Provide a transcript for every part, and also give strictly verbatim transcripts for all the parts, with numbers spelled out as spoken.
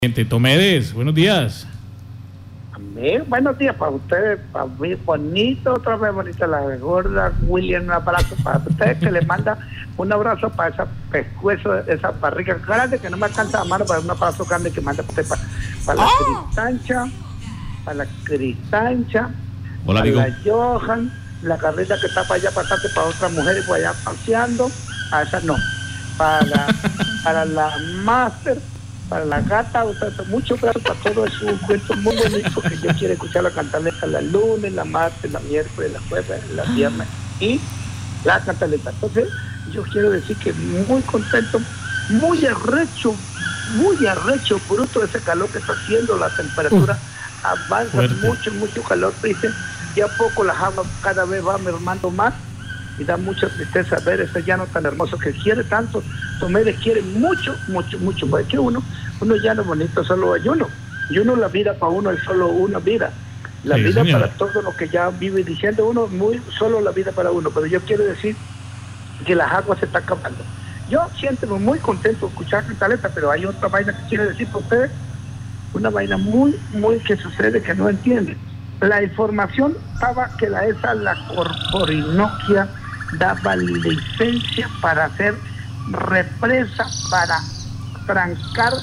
Tomedes, buenos días. Mí, buenos días para ustedes, para mí bonito, otra vez bonita la gorda William, un abrazo para ustedes, que le manda un abrazo para esa pescuezo, esa barriga grande que no me alcanza la mano, para un abrazo grande que manda usted para, para la oh. Cristancha, para la Cristancha, hola, para amigo. la Johan, la carreta que está para allá pasante para otras mujeres por allá paseando, a esa no, para la, para la Master, para la gata, o sea, mucho gracias para todo eso, un cuento muy bonito que yo quiero escucharla cantaleta la lunes, la martes, la miércoles, la jueves, la viernes y la cantaleta. Entonces, yo quiero decir que muy contento, muy arrecho, muy arrecho, fruto de ese calor que está haciendo, la temperatura uh, avanza fuerte. mucho, mucho calor, dice, ya poco las aguas cada vez va mermando más. Y da mucha tristeza ver ese llano tan hermoso que quiere tanto. Tomedes quiere mucho, mucho, mucho. Porque uno, uno llano bonito solo hay uno. Y uno la vida para uno es solo una vida. La sí, vida señora. Para todo lo que ya vive diciendo uno, muy solo la vida para uno. Pero yo quiero decir que las aguas se están acabando. Yo siento muy contento de escuchar Cantaleta, pero hay otra vaina que quiero decir para ustedes. Una vaina muy, muy que sucede que no entienden. La información estaba que la esa, la Corporinoquia, daba licencia para hacer represa, para trancar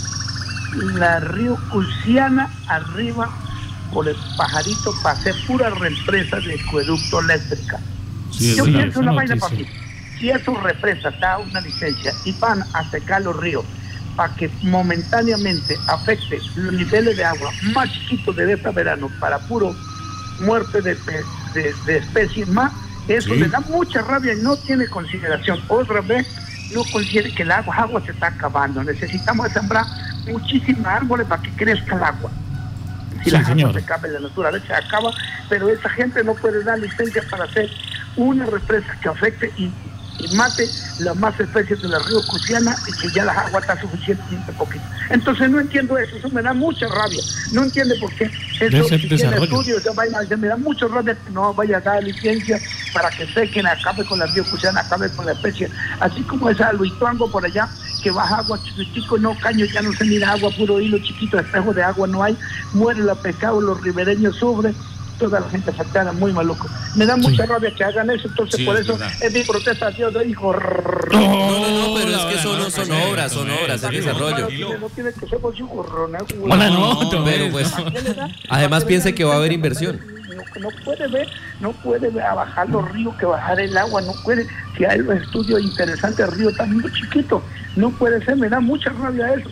la río Cusiana arriba por el Pajarito para hacer pura represa de acueducto eléctrica. Sí, yo pienso una vaina para mí. Si eso represa da una licencia y van a secar los ríos para que momentáneamente afecte los niveles de agua más chiquitos de este verano para puro muerte de, de, de especies más, eso sí. Le da mucha rabia y no tiene consideración. Otra vez no considera que el agua, agua se está acabando. Necesitamos sembrar muchísimos árboles para que crezca el agua. Si sí, la agua se acaba, la naturaleza se acaba, pero esa gente no puede dar licencia para hacer una represa que afecte y y mate las más especies de la río Cusiana y que ya las aguas está suficientemente poquito. Entonces no entiendo eso, eso me da mucha rabia. No entiende por qué eso si tiene estudios, esa vaina, me da mucha rabia que no vaya a dar licencia para que sequen, acabe con la río Cusiana, acabe con la especie. Así como esa Luituango por allá, que baja agua chiquitico, no caño, ya no se mira agua, puro hilo chiquito, espejo de agua no hay, muere la pescado, los ribereños sufren. Toda la gente afectada, muy maluco. Me da mucha sí. rabia que hagan eso, entonces sí, por es eso verdad. Es mi protesta a Dios de hijo. No, no, no, pero es que son, son obras, son obras, el desarrollo. No tiene que ser por su gorrona. Hola, no, pero pues, además piense que va a haber inversión. No puede ver, no puede ver a bajar los ríos que bajar el agua, no puede, si hay un estudio interesante, el río está muy chiquito, no puede ser, me da mucha rabia eso.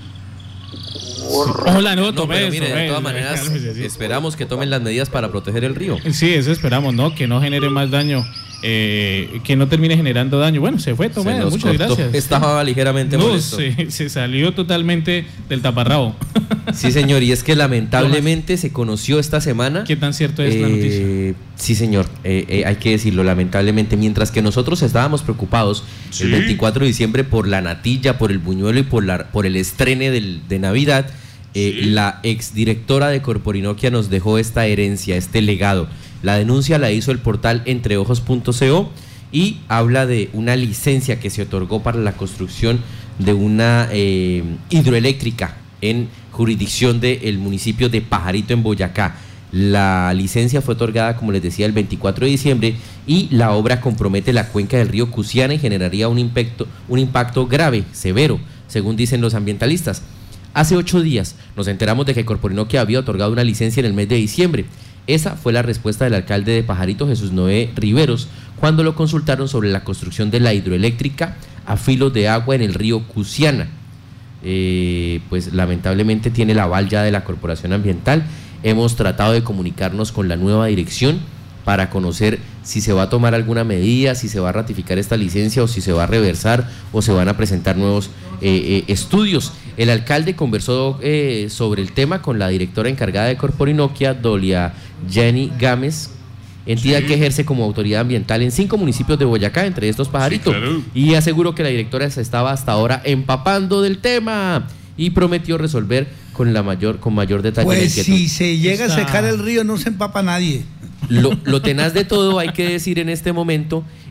Hola, no, no pero mire, de todas maneras, esperamos que tomen las medidas para proteger el río. Sí, eso esperamos, ¿no? Que no genere más daño, eh, que no termine generando daño. Bueno, se fue, Tomé, muchas cortó. Gracias. Estaba ligeramente no, molesto. Se, se salió totalmente del taparrabo. Sí, señor, y es que lamentablemente se conoció esta semana. ¿Qué tan cierto es eh, la noticia? Sí, señor, eh, eh, hay que decirlo, lamentablemente, mientras que nosotros estábamos preocupados ¿Sí? el veinticuatro de diciembre por la natilla, por el buñuelo y por, la, por el estrene del, de Navidad, eh, ¿Sí? la exdirectora de Corporinoquia nos dejó esta herencia, este legado. La denuncia la hizo el portal entreojos punto co y habla de una licencia que se otorgó para la construcción de una eh, hidroeléctrica en jurisdicción del municipio de Pajarito en Boyacá. La licencia fue otorgada, como les decía, el veinticuatro de diciembre y la obra compromete la cuenca del río Cusiana y generaría un impacto, un impacto grave, severo, según dicen los ambientalistas. Hace ocho días nos enteramos de que Corporinoquia había otorgado una licencia en el mes de diciembre. Esa fue la respuesta del alcalde de Pajarito, Jesús Noé Riveros, cuando lo consultaron sobre la construcción de la hidroeléctrica a filo de agua en el río Cusiana. Eh, pues lamentablemente tiene el aval ya de la Corporación Ambiental. Hemos tratado de comunicarnos con la nueva dirección para conocer si se va a tomar alguna medida, si se va a ratificar esta licencia o si se va a reversar o se van a presentar nuevos eh, eh, estudios. El alcalde conversó eh, sobre el tema con la directora encargada de Corporinoquia, Dolia Jenny Gámez, entidad sí. que ejerce como autoridad ambiental en cinco municipios de Boyacá, entre estos Pajarito, sí, claro. y aseguró que la directora se estaba hasta ahora empapando del tema y prometió resolver con la mayor con mayor detalle. Pues si se llega Está... a secar el río no se empapa nadie. Lo, lo tenaz de todo, hay que decir en este momento,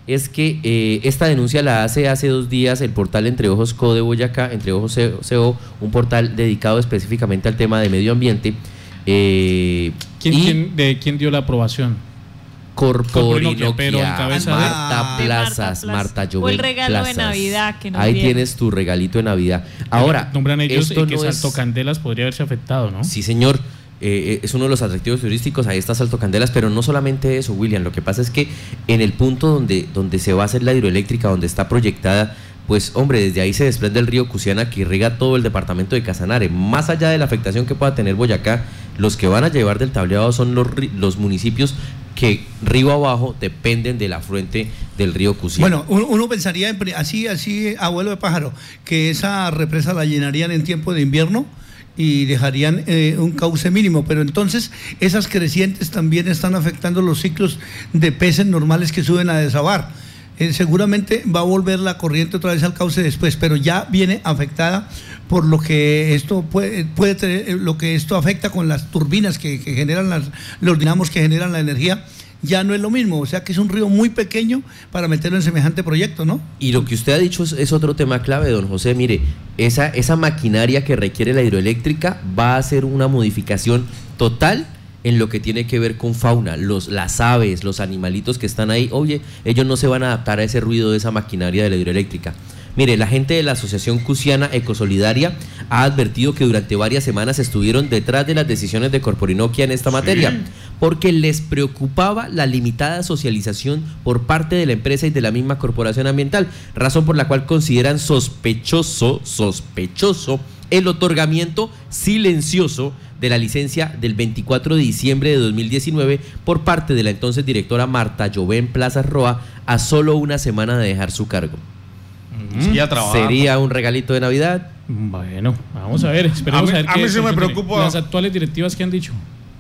es que eh, esta denuncia la hace hace dos días el portal Entre Ojos Co de Boyacá, Entre Ojos C O, un portal dedicado específicamente al tema de medio ambiente. Eh, ¿Quién, ¿quién, ¿De quién dio la aprobación? Corporinoquia, pero en cabeza Marta de... Plazas, Marta Llobel. O el regalo Plazas. de Navidad que nos Ahí dieron. tienes tu regalito de Navidad. Ahora, nombran ellos esto y que no Salto es... Candelas podría haberse afectado, ¿no? Sí, señor. Eh, es uno de los atractivos turísticos, ahí está Salto Candelas, pero no solamente eso, William, lo que pasa es que en el punto donde, donde se va a hacer la hidroeléctrica, donde está proyectada, pues hombre, desde ahí se desprende el río Cusiana que irriga todo el departamento de Casanare. Más allá de la afectación que pueda tener Boyacá, los que van a llevar del tableado son los, los municipios que río abajo dependen del afluente del río Cusiana. Bueno, uno, uno pensaría en, así, así, abuelo de pájaro, que esa represa la llenarían en tiempo de invierno y dejarían eh, un cauce mínimo, pero entonces esas crecientes también están afectando los ciclos de peces normales que suben a desabar. Eh, seguramente va a volver la corriente otra vez al cauce después, pero ya viene afectada por lo que esto puede, puede tener, lo que esto afecta con las turbinas que, que generan las, los dinamos que generan la energía. Ya no es lo mismo, o sea que es un río muy pequeño para meterlo en semejante proyecto, ¿no? Y lo que usted ha dicho es, es otro tema clave, don José. Mire, esa, esa maquinaria que requiere la hidroeléctrica va a hacer una modificación total en lo que tiene que ver con fauna, los, las aves, los animalitos que están ahí. Oye, ellos no se van a adaptar a ese ruido de esa maquinaria de la hidroeléctrica. Mire, la gente de la Asociación Cusiana Ecosolidaria ha advertido que durante varias semanas estuvieron detrás de las decisiones de Corporinoquia en esta materia, sí, porque les preocupaba la limitada socialización por parte de la empresa y de la misma corporación ambiental, razón por la cual consideran sospechoso, sospechoso el otorgamiento silencioso de la licencia del veinticuatro de diciembre de dos mil diecinueve por parte de la entonces directora Marta Llobel Plazas Roa a solo una semana de dejar su cargo. Sí, ¿Sería un regalito de Navidad? Bueno, vamos a ver, esperemos a, mí, a ver a qué mí se me preocupa las actuales directivas que han dicho.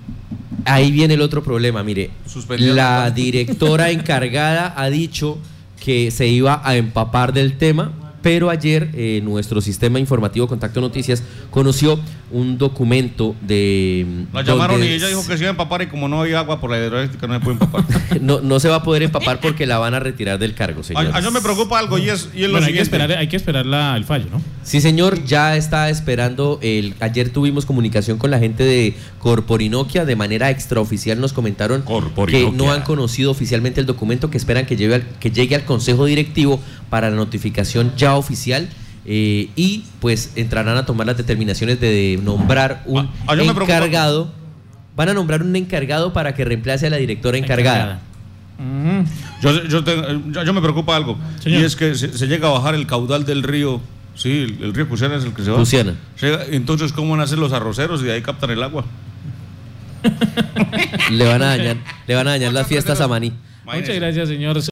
Ahí viene el otro problema, mire, la directora encargada ha dicho que se iba a empapar del tema, pero ayer eh, nuestro sistema informativo Contacto Noticias conoció un documento de... La llamaron y ella dijo que se iba a empapar y como no hay agua por la hidroeléctrica no se puede empapar. no, no se va a poder empapar porque la van a retirar del cargo, señor. A, a yo me preocupa algo y es, y es bueno, lo hay siguiente. Que esperar, hay que esperar la, el fallo, ¿no? Sí, señor, ya está esperando. El, ayer tuvimos comunicación con la gente de Corporinoquia, de manera extraoficial nos comentaron que no han conocido oficialmente el documento, que esperan que, lleve al, que llegue al Consejo Directivo para la notificación ya oficial. Eh, y pues entrarán a tomar las determinaciones de nombrar un ah, encargado. Van a nombrar un encargado para que reemplace a la directora encargada. encargada. Mm. Yo, yo, te, yo, yo me preocupa algo, señor. Y es que se, se llega a bajar el caudal del río. Sí, el, el río Cusiana es el que se va. Cusiana. Entonces, ¿cómo van a hacer los arroceros y de ahí captan el agua? le van a dañar, le van a dañar las fiestas a Maní. Muchas gracias, señor.